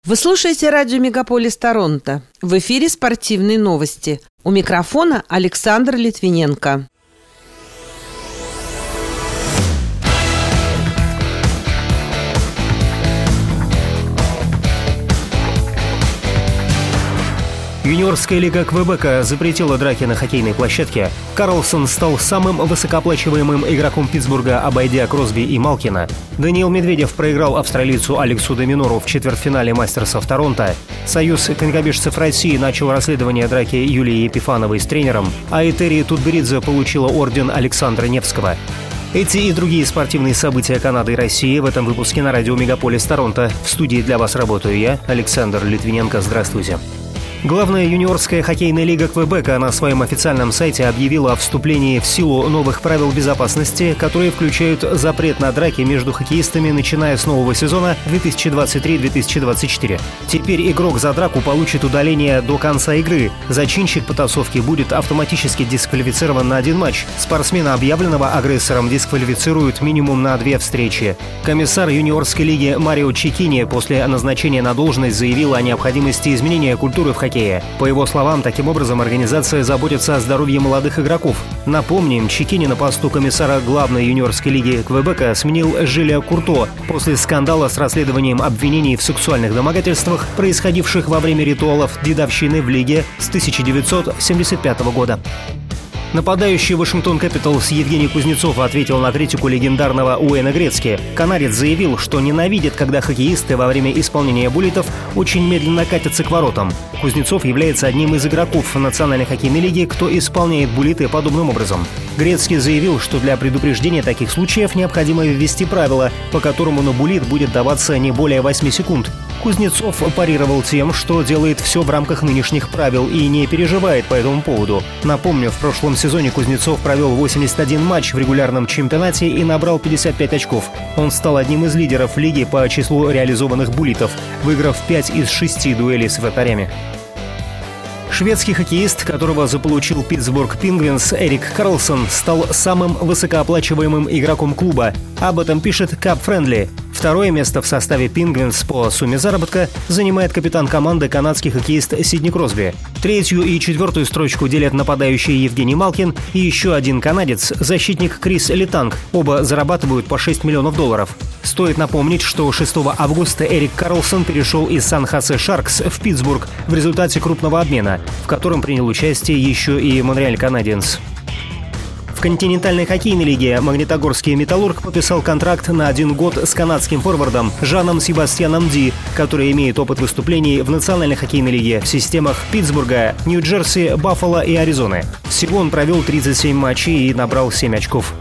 Вы слушаете радио «Мегаполис Торонто». В эфире спортивные новости. У микрофона Александр Литвиненко. Юниорская лига Квебека запретила драки на хоккейной площадке. Карлсон стал самым высокооплачиваемым игроком Питтсбурга, обойдя Кросби и Малкина. Даниил Медведев проиграл австралийцу Алексу де Минору в четвертьфинале Мастерсов Торонто. Союз конькобежцев России начал расследование драки Юлии Епифановой с тренером, а Этери Тутберидзе получила орден Александра Невского. Эти и другие спортивные события Канады и России в этом выпуске на радио «Мегаполис Торонто». В студии для вас работаю я, Александр Литвиненко. Здравствуйте. Главная юниорская хоккейная лига Квебека на своем официальном сайте объявила о вступлении в силу новых правил безопасности, которые включают запрет на драки между хоккеистами, начиная с нового сезона 2023-2024. Теперь игрок за драку получит удаление до конца игры. Зачинщик потасовки будет автоматически дисквалифицирован на один матч. Спортсмена, объявленного агрессором, дисквалифицируют минимум на 2 встречи. Комиссар юниорской лиги Марио Чекини после назначения на должность заявил о необходимости изменения культуры в хоккее. По его словам, таким образом организация заботится о здоровье молодых игроков. Напомним, Чекини на посту комиссара главной юниорской лиги Квебека сменил Жиля Курто после скандала с расследованием обвинений в сексуальных домогательствах, происходивших во время ритуалов дедовщины в лиге с 1975 года. Нападающий Вашингтон Кэпиталс Евгений Кузнецов ответил на критику легендарного Уэйна Грецки. Канадец заявил, что ненавидит, когда хоккеисты во время исполнения буллитов очень медленно катятся к воротам. Кузнецов является одним из игроков Национальной хоккейной лиги, кто исполняет буллиты подобным образом. Грецкий заявил, что для предупреждения таких случаев необходимо ввести правило, по которому на буллит будет даваться не более 8 секунд. Кузнецов парировал тем, что делает все в рамках нынешних правил и не переживает по этому поводу. Напомню, в прошлом сезоне Кузнецов провел 81 матч в регулярном чемпионате и набрал 55 очков. Он стал одним из лидеров лиги по числу реализованных буллитов, выиграв 5 из 6 дуэлей с вратарями. Шведский хоккеист, которого заполучил Питтсбург Пингвинс, Эрик Карлсон, стал самым высокооплачиваемым игроком клуба. Об этом пишет Cap Friendly. Второе место в составе Пингвинс по сумме заработка занимает капитан команды канадский хоккеист Сидни Кросби. Третью и четвертую строчку делят нападающий Евгений Малкин и еще один канадец, защитник Крис Летанг. Оба зарабатывают по $6 миллионов. Стоит напомнить, что 6 августа Эрик Карлсон перешел из Сан-Хосе Шаркс в Питтсбург в результате крупного обмена, в котором принял участие еще и Монреаль Канадиенс. В континентальной хоккейной лиге Магнитогорский Металлург подписал контракт на 1 год с канадским форвардом Жаном Себастьяном Ди, который имеет опыт выступлений в Национальной хоккейной лиге в системах Питтсбурга, Нью-Джерси, Баффало и Аризоны. Всего он провел 37 матчей и набрал 7 очков.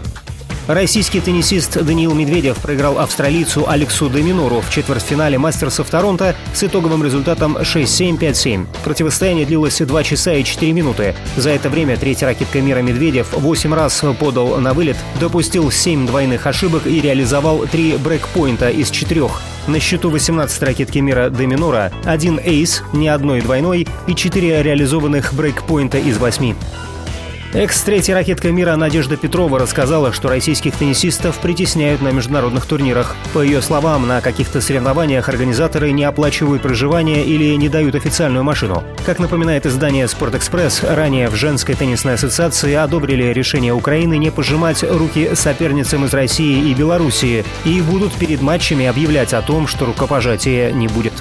Российский теннисист Даниил Медведев проиграл австралийцу Алексу де Минору в четвертьфинале Мастерсов Торонто с итоговым результатом 6-7, 5-7. Противостояние длилось 2 часа и 4 минуты. За это время третья ракетка мира Медведев 8 раз подал на вылет, допустил 7 двойных ошибок и реализовал 3 брейкпоинта из 4. На счету 18 ракетки мира де Минора, 1 эйс, ни одной двойной и 4 реализованных брейкпоинта из 8. Экс-третья ракетка мира Надежда Петрова рассказала, что российских теннисистов притесняют на международных турнирах. По ее словам, на каких-то соревнованиях организаторы не оплачивают проживание или не дают официальную машину. Как напоминает издание «Спортэкспресс», ранее в женской теннисной ассоциации одобрили решение Украины не пожимать руки соперницам из России и Белоруссии и будут перед матчами объявлять о том, что рукопожатия не будет.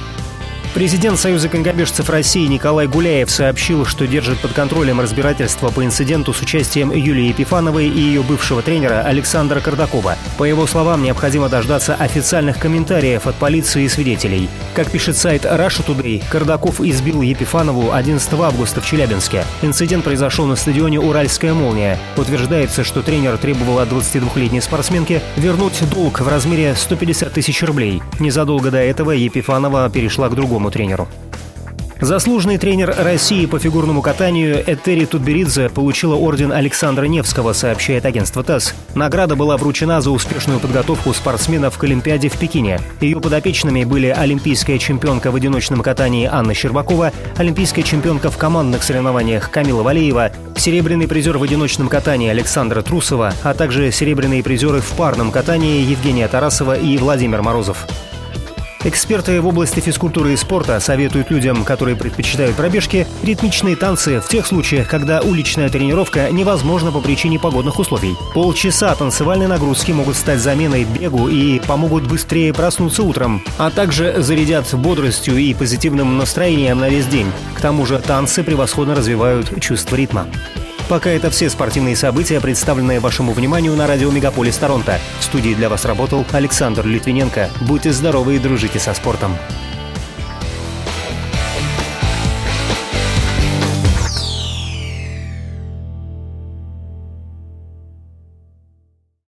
Президент Союза конькобежцев России Николай Гуляев сообщил, что держит под контролем разбирательство по инциденту с участием Юлии Епифановой и ее бывшего тренера Александра Кардакова. По его словам, необходимо дождаться официальных комментариев от полиции и свидетелей. Как пишет сайт Russia Today, Кардаков избил Епифанову 11 августа в Челябинске. Инцидент произошел на стадионе «Уральская молния». Утверждается, что тренер требовал от 22-летней спортсменки вернуть долг в размере 150 тысяч рублей. Незадолго до этого Епифанова перешла к другому тренеру. Заслуженный тренер России по фигурному катанию Этери Тутберидзе получила орден Александра Невского, сообщает агентство ТАСС. Награда была вручена за успешную подготовку спортсменов к Олимпиаде в Пекине. Ее подопечными были олимпийская чемпионка в одиночном катании Анна Щербакова, олимпийская чемпионка в командных соревнованиях Камила Валеева, серебряный призер в одиночном катании Александра Трусова, а также серебряные призеры в парном катании Евгения Тарасова и Владимир Морозов. Эксперты в области физкультуры и спорта советуют людям, которые предпочитают пробежки, ритмичные танцы в тех случаях, когда уличная тренировка невозможна по причине погодных условий. Полчаса танцевальной нагрузки могут стать заменой бегу и помогут быстрее проснуться утром, а также зарядят бодростью и позитивным настроением на весь день. К тому же танцы превосходно развивают чувство ритма. Пока это все спортивные события, представленные вашему вниманию на радио «Мегаполис Торонто». В студии для вас работал Александр Литвиненко. Будьте здоровы и дружите со спортом.